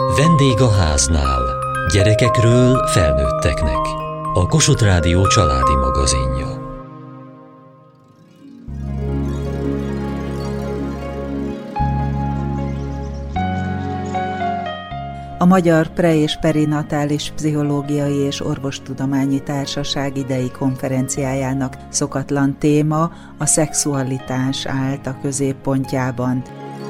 Vendég a háznál. Gyerekekről felnőtteknek. A Kossuth Rádió családi magazinja. A Magyar Pre- és Perinatális Pszichológiai és Orvostudományi Társaság idei konferenciájának szokatlan téma a szexualitás állt a középpontjában.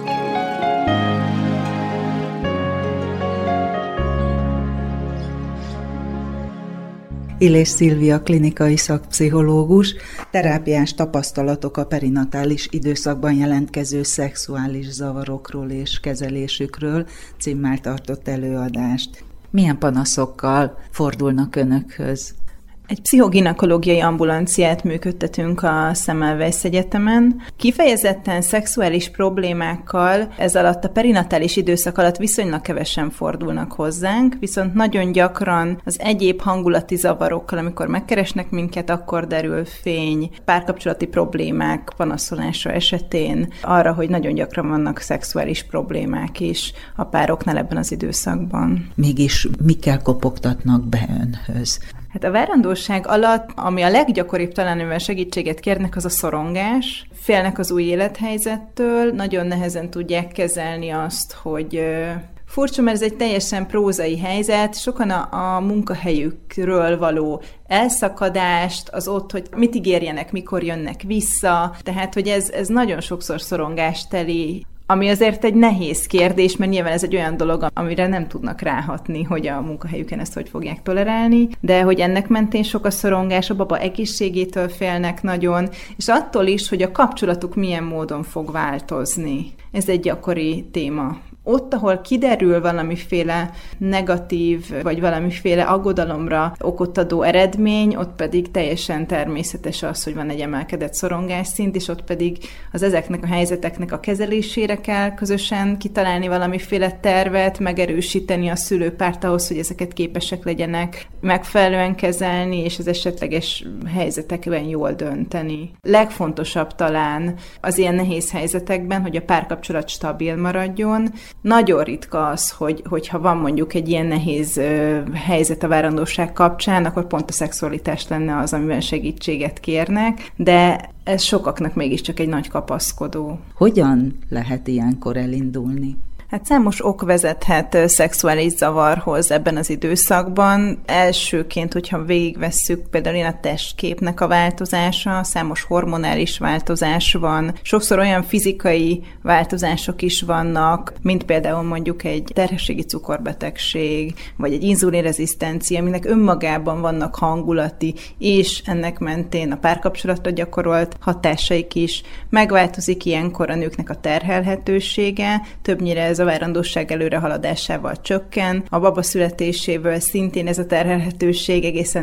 Illés Szilvia klinikai szakpszichológus, terápiás tapasztalatok a perinatális időszakban jelentkező szexuális zavarokról és kezelésükről címmel tartott előadást. Milyen panaszokkal fordulnak önökhöz? Egy pszichoginekológiai ambulanciát működtetünk a Semmelweis Egyetemen. Kifejezetten szexuális problémákkal ez alatt a perinatális időszak alatt viszonylag kevesen fordulnak hozzánk, viszont nagyon gyakran az egyéb hangulati zavarokkal, amikor megkeresnek minket, akkor derül fény párkapcsolati problémák panaszolása esetén arra, hogy nagyon gyakran vannak szexuális problémák is a pároknál ebben az időszakban. Mégis mikkel kopogtatnak be önhöz? Hát a várandóság alatt, ami a leggyakoribb talán, amivel segítséget kérnek, az a szorongás. Félnek az új élethelyzettől, nagyon nehezen tudják kezelni azt, hogy furcsa, mert ez egy teljesen prózai helyzet, sokan a munkahelyükről való elszakadást, az ott, hogy mit ígérjenek, mikor jönnek vissza, tehát, hogy ez nagyon sokszor szorongásteli, ami azért egy nehéz kérdés, mert nyilván ez egy olyan dolog, amire nem tudnak ráhatni, hogy a munkahelyüken ezt hogy fogják tolerálni, de hogy ennek mentén sok a szorongás, a baba egészségétől félnek nagyon, és attól is, hogy a kapcsolatuk milyen módon fog változni. Ez egy gyakori téma. Ott, ahol kiderül valamiféle negatív, vagy valamiféle aggodalomra okot adó eredmény, ott pedig teljesen természetes az, hogy van egy emelkedett szorongásszint, és ott pedig az ezeknek a helyzeteknek a kezelésére kell közösen kitalálni valamiféle tervet, megerősíteni a szülőpárt ahhoz, hogy ezeket képesek legyenek megfelelően kezelni, és az esetleges helyzetekben jól dönteni. Legfontosabb talán az ilyen nehéz helyzetekben, hogy a párkapcsolat stabil maradjon. Nagyon ritka az, hogyha van mondjuk egy ilyen nehéz helyzet a várandóság kapcsán, akkor pont a szexualitás lenne az, amiben segítséget kérnek, de ez sokaknak mégiscsak egy nagy kapaszkodó. Hogyan lehet ilyenkor elindulni? Hát számos ok vezethet szexuális zavarhoz ebben az időszakban. Elsőként, hogyha végigvesszük például a testképnek a változása, számos hormonális változás van, sokszor olyan fizikai változások is vannak, mint például mondjuk egy terhességi cukorbetegség, vagy egy inzulinrezisztencia, aminek önmagában vannak hangulati, és ennek mentén a párkapcsolatra gyakorolt hatásaik is. Megváltozik ilyenkor a nőknek a terhelhetősége, többnyire ez a várandóság előrehaladásával csökken, a baba születésével szintén ez a terhelhetőség egészen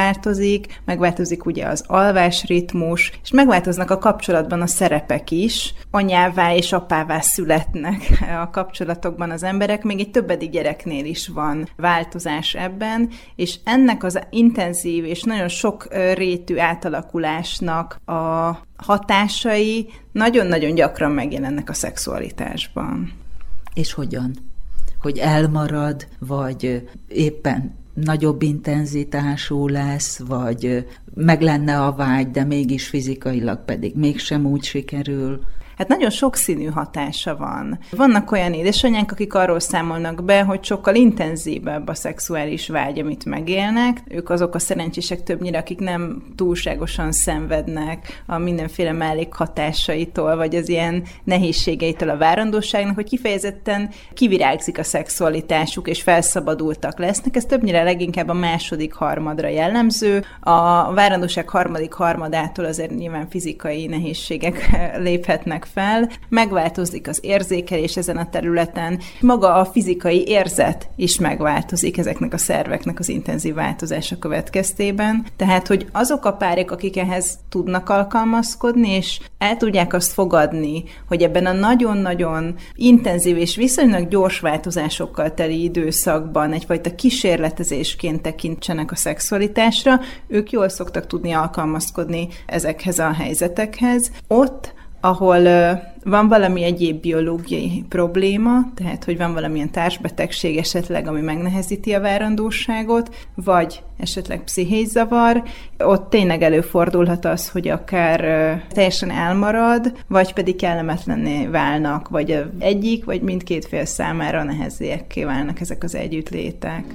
megváltozik ugye az alvásritmus, és megváltoznak a kapcsolatban a szerepek is, anyává és apává születnek a kapcsolatokban az emberek, még egy többedik gyereknél is van változás ebben, és ennek az intenzív és nagyon sok rétű átalakulásnak a hatásai nagyon-nagyon gyakran megjelennek a szexualitásban. És hogyan? Hogy elmarad, vagy éppen nagyobb intenzitású lesz, vagy meg lenne a vágy, de mégis fizikailag pedig mégsem úgy sikerül? Hát nagyon sokszínű hatása van. Vannak olyan édesanyák, akik arról számolnak be, hogy sokkal intenzívebb a szexuális vágy, amit megélnek. Ők azok a szerencsések többnyire, akik nem túlságosan szenvednek a mindenféle mellékhatásaitól, vagy az ilyen nehézségeitől a várandóságnak, hogy kifejezetten kivirágzik a szexualitásuk, és felszabadultak lesznek. Ez többnyire leginkább a második harmadra jellemző. A várandóság harmadik harmadától azért nyilván fizikai nehézségek léphetnek fel, megváltozik az érzékelés ezen a területen, maga a fizikai érzet is megváltozik ezeknek a szerveknek az intenzív változása következtében. Tehát, hogy azok a párok, akik ehhez tudnak alkalmazkodni, és el tudják azt fogadni, hogy ebben a nagyon-nagyon intenzív és viszonylag gyors változásokkal teli időszakban egyfajta kísérletezésként tekintsenek a szexualitásra, ők jól szoktak tudni alkalmazkodni ezekhez a helyzetekhez. Ott ahol van valami egyéb biológiai probléma, tehát hogy van valamilyen társbetegség esetleg, ami megnehezíti a várandóságot, vagy esetleg pszichés zavar, ott tényleg előfordulhat az, hogy akár teljesen elmarad, vagy pedig kellemetlenné válnak, vagy egyik, vagy mindkét fél számára nehezékké válnak ezek az együttlétek.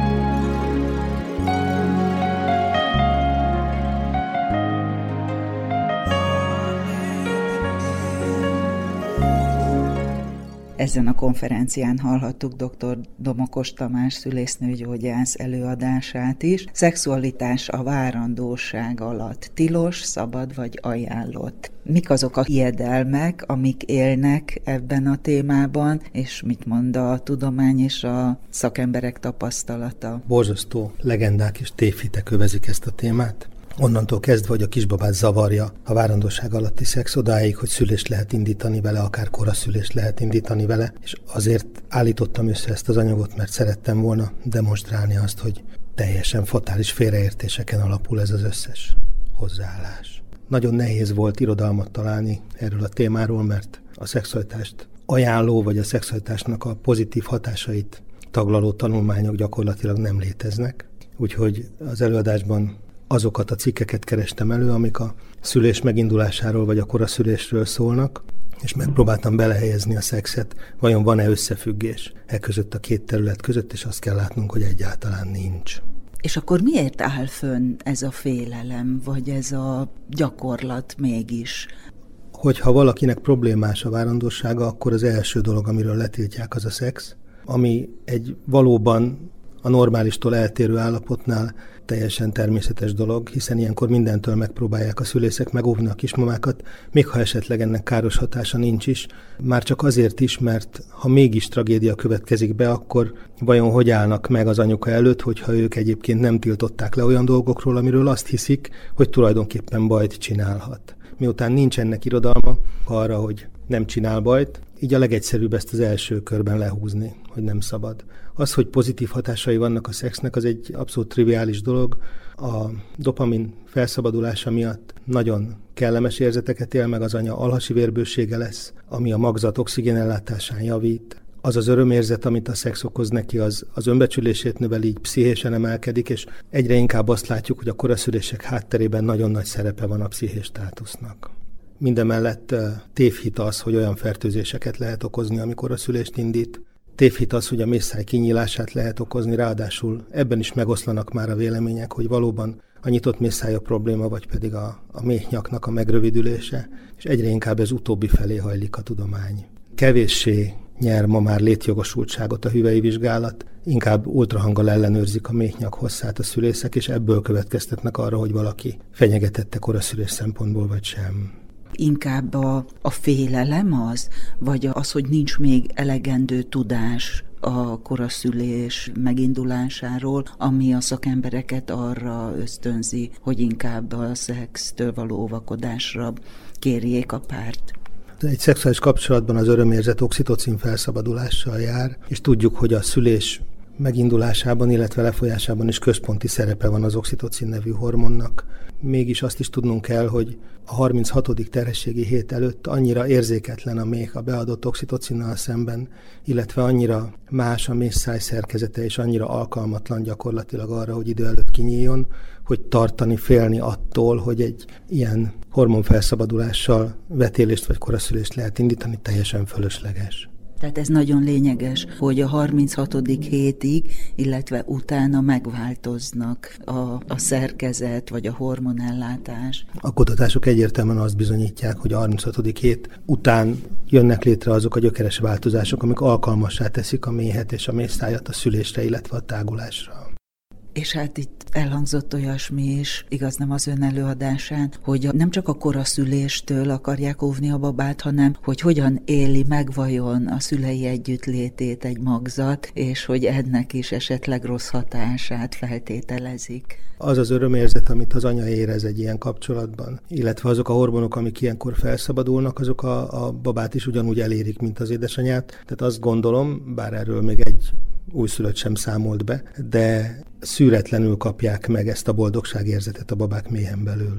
Ezen a konferencián hallhattuk dr. Domokos Tamás szülésznőgyógyász előadását is. Szexualitás a várandóság alatt tilos, szabad vagy ajánlott? Mik azok a hiedelmek, amik élnek ebben a témában, és mit mond a tudomány és a szakemberek tapasztalata? Borzasztó legendák és tévhitek övezik ezt a témát. Onnantól kezdve, hogy a kisbabát zavarja a várandóság alatti szex, odáig, hogy szülést lehet indítani vele, akár koraszülést lehet indítani vele, és azért állítottam össze ezt az anyagot, mert szerettem volna demonstrálni azt, hogy teljesen fatális félreértéseken alapul ez az összes hozzáállás. Nagyon nehéz volt irodalmat találni erről a témáról, mert a szexualitást ajánló, vagy a szexualitásnak a pozitív hatásait taglaló tanulmányok gyakorlatilag nem léteznek. Úgyhogy az előadásban azokat a cikkeket kerestem elő, amik a szülés megindulásáról vagy a koraszülésről szólnak, és megpróbáltam belehelyezni a szexet, vajon van-e összefüggés között a két terület között, és azt kell látnunk, hogy egyáltalán nincs. És akkor miért áll fönn ez a félelem, vagy ez a gyakorlat mégis? Hogyha valakinek problémás a várandósága, akkor az első dolog, amiről letiltják, az a szex, ami egy valóban a normálistól eltérő állapotnál teljesen természetes dolog, hiszen ilyenkor mindentől megpróbálják a szülészek megóvni a kismamákat, még ha esetleg ennek káros hatása nincs is, már csak azért is, mert ha mégis tragédia következik be, akkor vajon hogy állnak meg az anyuka előtt, hogyha ők egyébként nem tiltották le olyan dolgokról, amiről azt hiszik, hogy tulajdonképpen bajt csinálhat. Miután nincs ennek irodalma arra, hogy nem csinál bajt, így a legegyszerűbb ezt az első körben lehúzni, hogy nem szabad. Az, hogy pozitív hatásai vannak a szexnek, az egy abszolút triviális dolog. A dopamin felszabadulása miatt nagyon kellemes érzeteket él meg az anya, alhasi vérbősége lesz, ami a magzat oxigénellátásán javít. Az az örömérzet, amit a szex okoz neki, az önbecsülését növeli, így pszichésen emelkedik, és egyre inkább azt látjuk, hogy a koraszülések hátterében nagyon nagy szerepe van a pszichés státusznak. Mindemellett tévhit az, hogy olyan fertőzéseket lehet okozni, amikor a szülést indít. Tévhit az, hogy a méhszáj kinyílását lehet okozni, ráadásul ebben is megoszlanak már a vélemények, hogy valóban a nyitott méhszáj a probléma, vagy pedig a méhnyaknak a megrövidülése, és egyre inkább ez utóbbi felé hajlik a tudomány. Kevéssé nyer ma már létjogosultságot a hüvely vizsgálat, inkább ultrahanggal ellenőrzik a méhnyak hosszát a szülészek, és ebből következtetnek arra, hogy valaki fenyegetette koraszülés szempontból, vagy sem. Inkább a félelem az, vagy az, hogy nincs még elegendő tudás a koraszülés megindulásáról, ami a szakembereket arra ösztönzi, hogy inkább a szextől való óvakodásra kérjék a párt. Egy szexuális kapcsolatban az örömérzet oxitocin felszabadulással jár, és tudjuk, hogy a szülés megindulásában, illetve lefolyásában is központi szerepe van az oxitocin nevű hormonnak. Mégis azt is tudnunk kell, hogy a 36. terhességi hét előtt annyira érzéketlen a méh a beadott oxitocinnal szemben, illetve annyira más a méhszáj szerkezete, és annyira alkalmatlan gyakorlatilag arra, hogy idő előtt kinyíljon, hogy tartani, félni attól, hogy egy ilyen hormonfelszabadulással vetélést vagy koraszülést lehet indítani, teljesen fölösleges. Tehát ez nagyon lényeges, hogy a 36. hétig, illetve utána megváltoznak a szerkezet, vagy a hormonellátás. A kutatások egyértelműen azt bizonyítják, hogy a 36. hét után jönnek létre azok a gyökeres változások, amik alkalmassá teszik a méhet és a méhszájat a szülésre, illetve a tágulásra. És hát itt elhangzott olyasmi is, igaz nem az ön előadásán, hogy nem csak a koraszüléstől akarják óvni a babát, hanem hogy hogyan éli meg vajon a szülei együttlétét egy magzat, és hogy ennek is esetleg rossz hatását feltételezik. Az az örömérzet, amit az anya érez egy ilyen kapcsolatban, illetve azok a hormonok, amik ilyenkor felszabadulnak, azok a babát is ugyanúgy elérik, mint az édesanyát. Tehát azt gondolom, bár erről még egy újszülött sem számolt be, de szűretlenül kapják meg ezt a boldogságérzetet a babák méhen belül.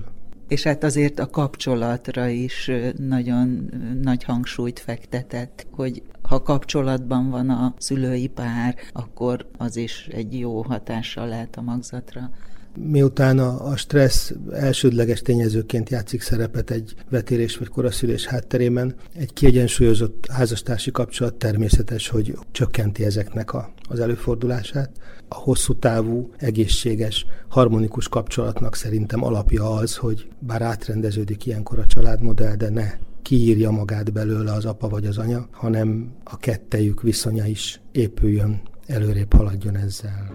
És hát azért a kapcsolatra is nagyon nagy hangsúlyt fektetett, hogy ha kapcsolatban van a szülői pár, akkor az is egy jó hatással lehet a magzatra. Miután a stressz elsődleges tényezőként játszik szerepet egy vetélés vagy koraszülés hátterében, egy kiegyensúlyozott házastársi kapcsolat természetes, hogy csökkenti ezeknek az előfordulását. A hosszú távú, egészséges, harmonikus kapcsolatnak szerintem alapja az, hogy bár átrendeződik ilyenkor a családmodell, de ne kiírja magát belőle az apa vagy az anya, hanem a kettejük viszonya is épüljön, előrébb haladjon ezzel.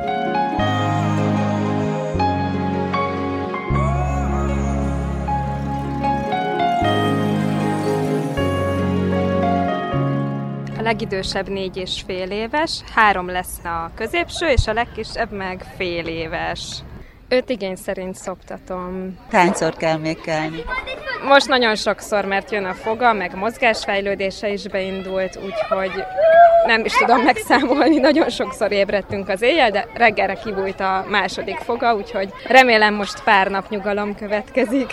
A legidősebb 4,5 éves, 3 lesz a középső, és a legkisebb meg fél éves. Őt igény szerint szoptatom. Hányszor kell még kelni? Most nagyon sokszor, mert jön a foga, meg mozgásfejlődése is beindult, úgyhogy nem is tudom megszámolni, nagyon sokszor ébredtünk az éjjel, de reggelre kibújt a második foga, úgyhogy remélem most pár nap nyugalom következik.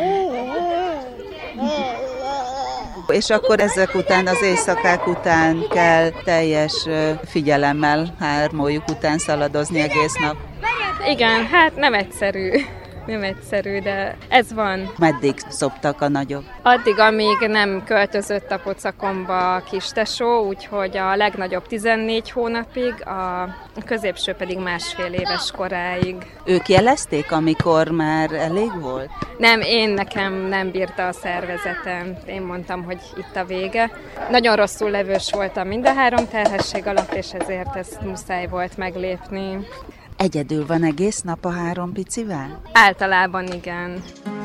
És akkor ezek után, az éjszakák után kell teljes figyelemmel hármójuk után szaladozni egész nap. Igen, hát nem egyszerű, de ez van. Meddig szoptak a nagyobb? Addig, amíg nem költözött a pocakomba a kistesó, úgyhogy a legnagyobb 14 hónapig, a középső pedig 1,5 éves koráig. Ők jelezték, amikor már elég volt? Nem, nekem nem bírta a szervezetem. Én mondtam, hogy itt a vége. Nagyon rosszul levős voltam mind a 3 terhesség alatt, és ezért ezt muszáj volt meglépni. Egyedül van egész nap a 3 picivel? Általában igen.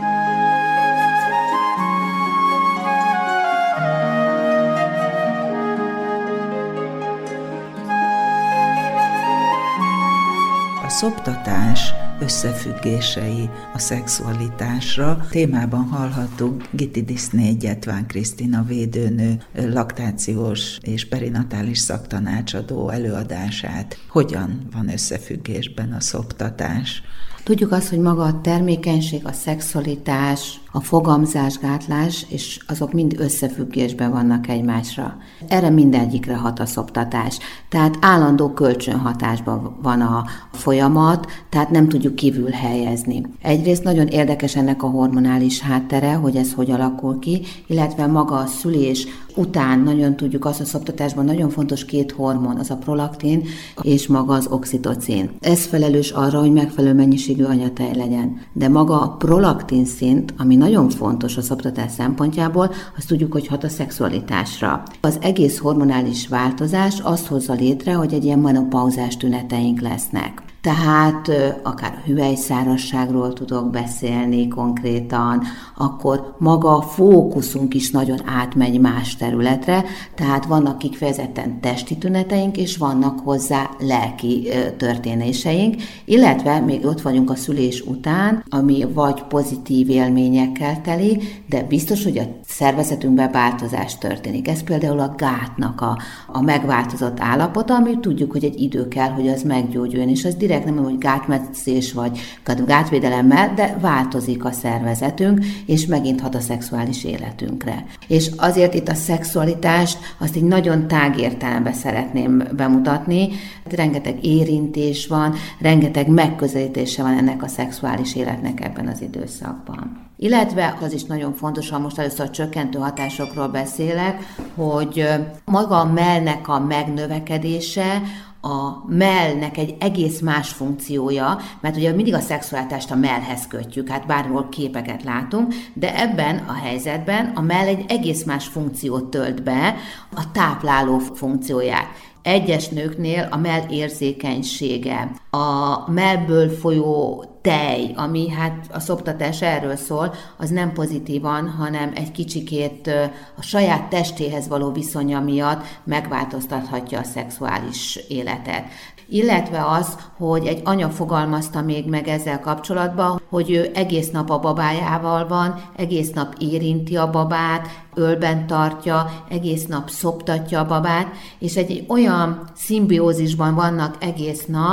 A szoptatás összefüggései a szexualitásra. Témában hallhattuk Gitti Diszné Gyetván Krisztina védőnő laktációs és perinatális szaktanácsadó előadását. Hogyan van összefüggésben a szoptatás? Tudjuk azt, hogy maga a termékenység, a szexualitás, a fogamzásgátlás, és azok mind összefüggésben vannak egymásra. Erre mindegyikre hat a szoptatás. Tehát állandó kölcsönhatásban van a folyamat, tehát nem tudjuk kívül helyezni. Egyrészt nagyon érdekes ennek a hormonális háttere, hogy ez hogy alakul ki, illetve maga a szülés után nagyon tudjuk azt, a szoptatásban nagyon fontos 2 hormon, az a prolaktin és maga az oxitocin. Ez felelős arra, hogy megfelelő mennyiségű anyatej legyen. De maga a prolaktin szint, ami nagyon fontos a szoptatás szempontjából, azt tudjuk, hogy hat a szexualitásra. Az egész hormonális változás azt hozza létre, hogy egy ilyen menopauzás tüneteink lesznek. Tehát akár a hüvelyszárazságról tudok beszélni konkrétan, akkor maga a fókuszunk is nagyon átmegy más területre, tehát vannak kifejezetten testi tüneteink, és vannak hozzá lelki történéseink, illetve még ott vagyunk a szülés után, ami vagy pozitív élményekkel teli, de biztos, hogy a szervezetünkben változás történik. Ez például a gátnak a megváltozott állapota, ami tudjuk, hogy egy idő kell, hogy az meggyógyuljon, és az direkt nem mondom, hogy gátmetszés vagy gátvédelemmel, de változik a szervezetünk, és megint hat a szexuális életünkre. És azért itt a szexualitást azt így nagyon tág értelemben szeretném bemutatni. Rengeteg érintés van, rengeteg megközelítése van ennek a szexuális életnek ebben az időszakban. Illetve az is nagyon fontos, ha most először a csökkentő hatásokról beszélek, hogy maga a mellnek a megnövekedése, a mellnek egy egész más funkciója, mert ugye mindig a szexualitást a mellhez kötjük, hát bárhol képeket látunk, de ebben a helyzetben a mell egy egész más funkciót tölt be, a tápláló funkcióját. Egyes nőknél a mell érzékenysége, a mellből folyó tej, ami hát a szoptatás erről szól, az nem pozitívan, hanem egy kicsikét a saját testéhez való viszonya miatt megváltoztathatja a szexuális életet. Illetve az, hogy egy anya fogalmazta még meg ezzel kapcsolatban, hogy ő egész nap a babájával van, egész nap érinti a babát, ölben tartja, egész nap szoptatja a babát, és egy olyan szimbiózisban vannak egész nap, hogy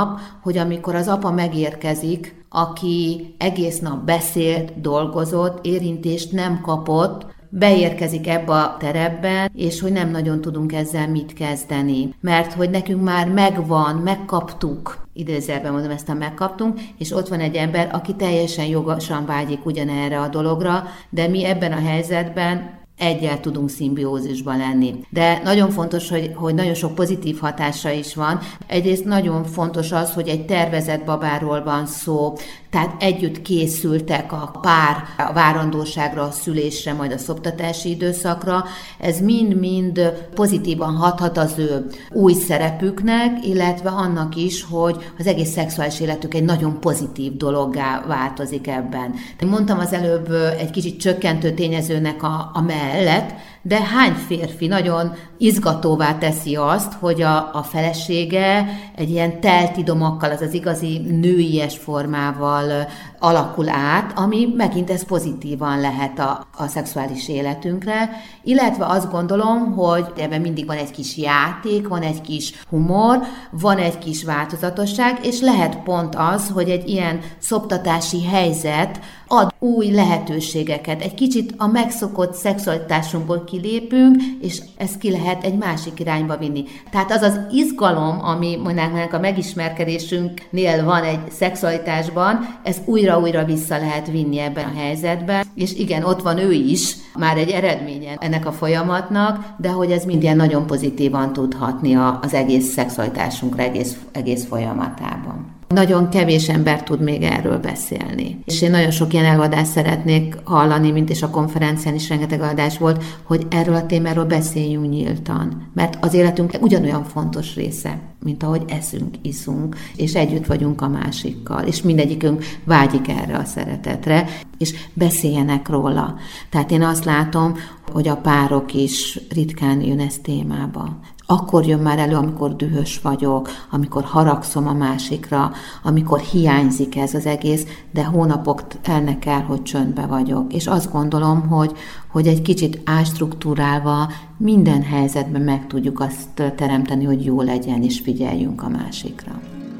hogy amikor az apa megérkezik, aki egész nap beszélt, dolgozott, érintést nem kapott, beérkezik ebbe a terepbe, és hogy nem nagyon tudunk ezzel mit kezdeni. Mert hogy nekünk már megvan, megkaptuk, idézőjelben mondom, ezt megkaptunk, és ott van egy ember, aki teljesen jogosan vágyik ugyanerre a dologra, de mi ebben a helyzetben egyel tudunk szimbiózisban lenni. De nagyon fontos, hogy nagyon sok pozitív hatása is van. Egyrészt nagyon fontos az, hogy egy tervezett babáról van szó, tehát együtt készültek a pár a várandóságra, a szülésre, majd a szoptatási időszakra. Ez mind-mind pozitívan hathat az ő új szerepüknek, illetve annak is, hogy az egész szexuális életük egy nagyon pozitív dologgá változik ebben. Mondtam az előbb egy kicsit csökkentő tényezőnek a mellett, de hány férfi nagyon izgatóvá teszi azt, hogy a felesége egy ilyen telt idomakkal, az igazi nőies formával alakul át, ami megint ez pozitívan lehet a szexuális életünkre, illetve azt gondolom, hogy ebben mindig van egy kis játék, van egy kis humor, van egy kis változatosság, és lehet pont az, hogy egy ilyen szoptatási helyzet ad új lehetőségeket. Egy kicsit a megszokott szexualitásunkból kilépünk, és ezt ki lehet egy másik irányba vinni. Tehát az az izgalom, ami mondjuk a megismerkedésünknél van egy szexualitásban, ez újra vissza lehet vinni ebben a helyzetben, és igen, ott van ő is, már egy eredménye ennek a folyamatnak, de hogy ez mind ilyen nagyon pozitívan tud hatni az egész szexualitásunkra, egész folyamatában. Nagyon kevés ember tud még erről beszélni. És én nagyon sok ilyen előadást szeretnék hallani, mint és a konferencián is rengeteg előadás volt, hogy erről a témáról beszéljünk nyíltan. Mert az életünk ugyanolyan fontos része, mint ahogy eszünk, iszunk, és együtt vagyunk a másikkal. És mindegyikünk vágyik erre a szeretetre, és beszéljenek róla. Tehát én azt látom, hogy a párok is ritkán jön ez témába. Akkor jön már elő, amikor dühös vagyok, amikor haragszom a másikra, amikor hiányzik ez az egész, de hónapok telnek el, hogy csöndbe vagyok. És azt gondolom, hogy egy kicsit ástruktúrálva minden helyzetben meg tudjuk azt teremteni, hogy jó legyen, és figyeljünk a másikra.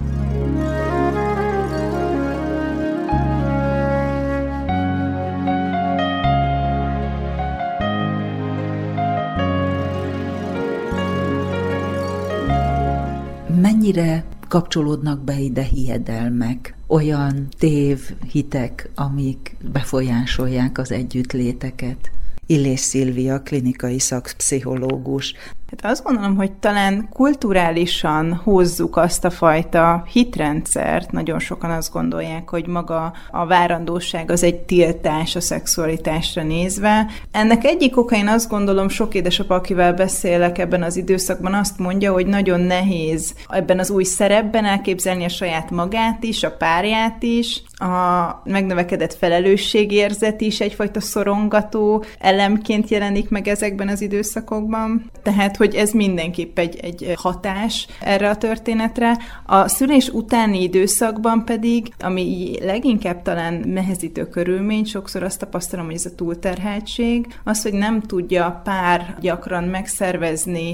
Mennyire kapcsolódnak be ide hiedelmek, olyan tévhitek, amik befolyásolják az együttléteket? Illés Szilvia, klinikai szakpszichológus. Hát azt gondolom, hogy talán kulturálisan hozzuk azt a fajta hitrendszert, nagyon sokan azt gondolják, hogy maga a várandóság az egy tiltás a szexualitásra nézve. Ennek egyik oka, én azt gondolom, sok édesapa, akivel beszélek ebben az időszakban, azt mondja, hogy nagyon nehéz ebben az új szerepben elképzelni a saját magát is, a párját is, a megnövekedett felelősségérzet is egyfajta szorongató elemként jelenik meg ezekben az időszakokban. Tehát, hogy ez mindenképp egy hatás erre a történetre. A szülés utáni időszakban pedig, ami leginkább talán nehezítő körülmény, sokszor azt tapasztalom, hogy ez a túlterheltség, az, hogy nem tudja a pár gyakran megszervezni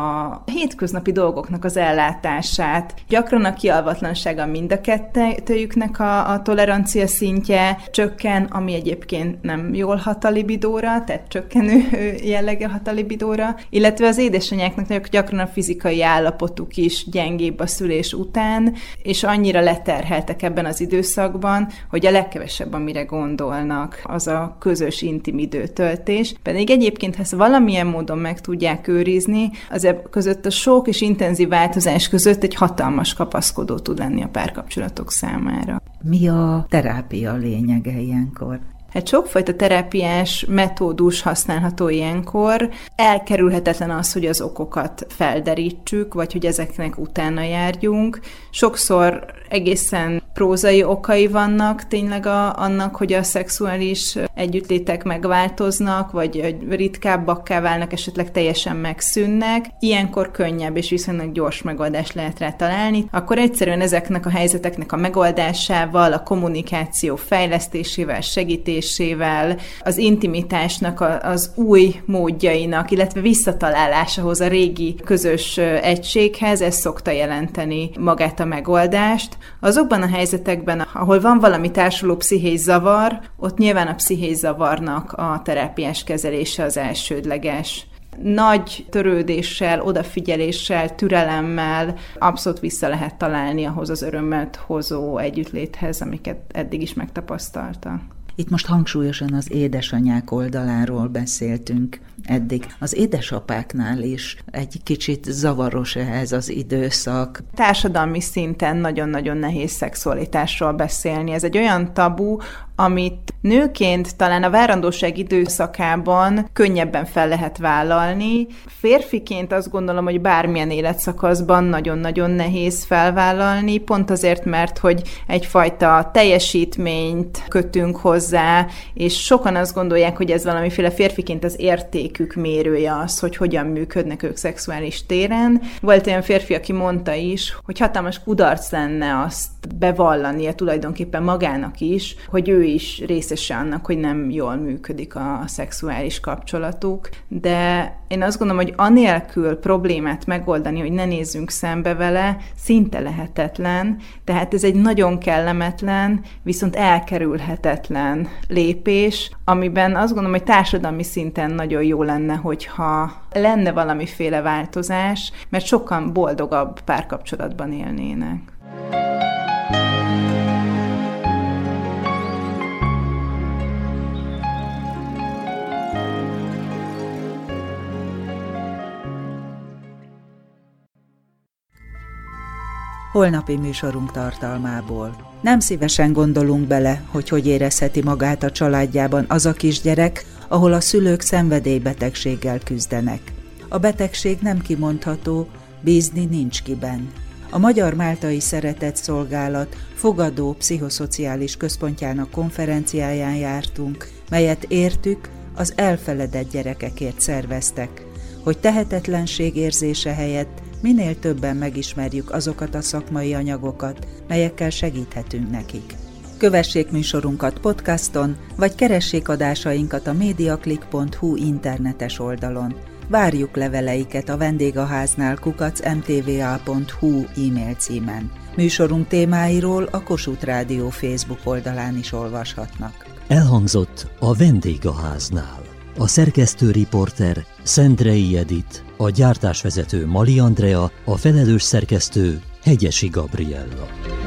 a hétköznapi dolgoknak az ellátását. Gyakran a kialvatlansága mind a kettőjüknek a tolerancia szintje csökken, ami egyébként nem jól hat a libidóra, tehát csökkenő jellege hat a libidóra, illetve az édesanyáknak gyakran a fizikai állapotuk is gyengébb a szülés után, és annyira leterheltek ebben az időszakban, hogy a legkevesebb, amire gondolnak, az a közös intim időtöltés. Pedig egyébként, ha ezt valamilyen módon meg tudják őrizni, az között a sok és intenzív változás között egy hatalmas kapaszkodó tud lenni a párkapcsolatok számára. Mi a terápia lényege ilyenkor? Hát sokfajta terápiás metódus használható ilyenkor. Elkerülhetetlen az, hogy az okokat felderítsük, vagy hogy ezeknek utána járjunk. Sokszor egészen prózai okai vannak tényleg annak, hogy a szexuális együttlétek megváltoznak, vagy ritkábbakká válnak, esetleg teljesen megszűnnek. Ilyenkor könnyebb és viszonylag gyors megoldást lehet rá találni. Akkor egyszerűen ezeknek a helyzeteknek a megoldásával, a kommunikáció fejlesztésével, segítésével, megélésével, az intimitásnak az új módjainak, illetve visszatalálásához a régi közös egységhez, ez szokta jelenteni magát a megoldást. Azokban a helyzetekben, ahol van valami társuló pszichés zavar, ott nyilván a pszichés zavarnak a terápiás kezelése az elsődleges. Nagy törődéssel, odafigyeléssel, türelemmel abszolút vissza lehet találni ahhoz az örömet hozó együttléthez, amiket eddig is megtapasztalta. Itt most hangsúlyosan az édesanyák oldaláról beszéltünk eddig. Az édesapáknál is egy kicsit zavaros ez az időszak. Társadalmi szinten nagyon-nagyon nehéz szexualitásról beszélni. Ez egy olyan tabu, amit nőként talán a várandóság időszakában könnyebben fel lehet vállalni. Férfiként azt gondolom, hogy bármilyen életszakaszban nagyon-nagyon nehéz felvállalni, pont azért, mert hogy egyfajta teljesítményt kötünk hozzá, és sokan azt gondolják, hogy ez valamiféle férfiként az értékük mérője az, hogy hogyan működnek ők szexuális téren. Volt olyan férfi, aki mondta is, hogy hatalmas kudarc lenne azt bevallania tulajdonképpen magának is, hogy ő is részese annak, hogy nem jól működik a szexuális kapcsolatuk, de én azt gondolom, hogy anélkül problémát megoldani, hogy ne nézzünk szembe vele, szinte lehetetlen, tehát ez egy nagyon kellemetlen, viszont elkerülhetetlen lépés, amiben azt gondolom, hogy társadalmi szinten nagyon jó lenne, hogyha lenne valamiféle változás, mert sokan boldogabb párkapcsolatban élnének. Holnapi műsorunk tartalmából. Nem szívesen gondolunk bele, hogy érezheti magát a családjában az a kisgyerek, ahol a szülők szenvedélybetegséggel küzdenek. A betegség nem kimondható, bízni nincs kiben. A Magyar Máltai Szeretetszolgálat fogadó pszichoszociális központjának konferenciáján jártunk, melyet értük, az elfeledett gyerekekért szerveztek, hogy tehetetlenség érzése helyett minél többen megismerjük azokat a szakmai anyagokat, melyekkel segíthetünk nekik. Kövessék műsorunkat podcaston, vagy keressék adásainkat a mediaclick.hu internetes oldalon. Várjuk leveleiket a vendégháznál @mtva.hu e-mail címen. Műsorunk témáiról a Kossuth Rádió Facebook oldalán is olvashatnak. Elhangzott a vendégháznál. A szerkesztő riporter Szendrei Edit, a gyártásvezető Mali Andrea, a felelős szerkesztő Hegyesi Gabriella.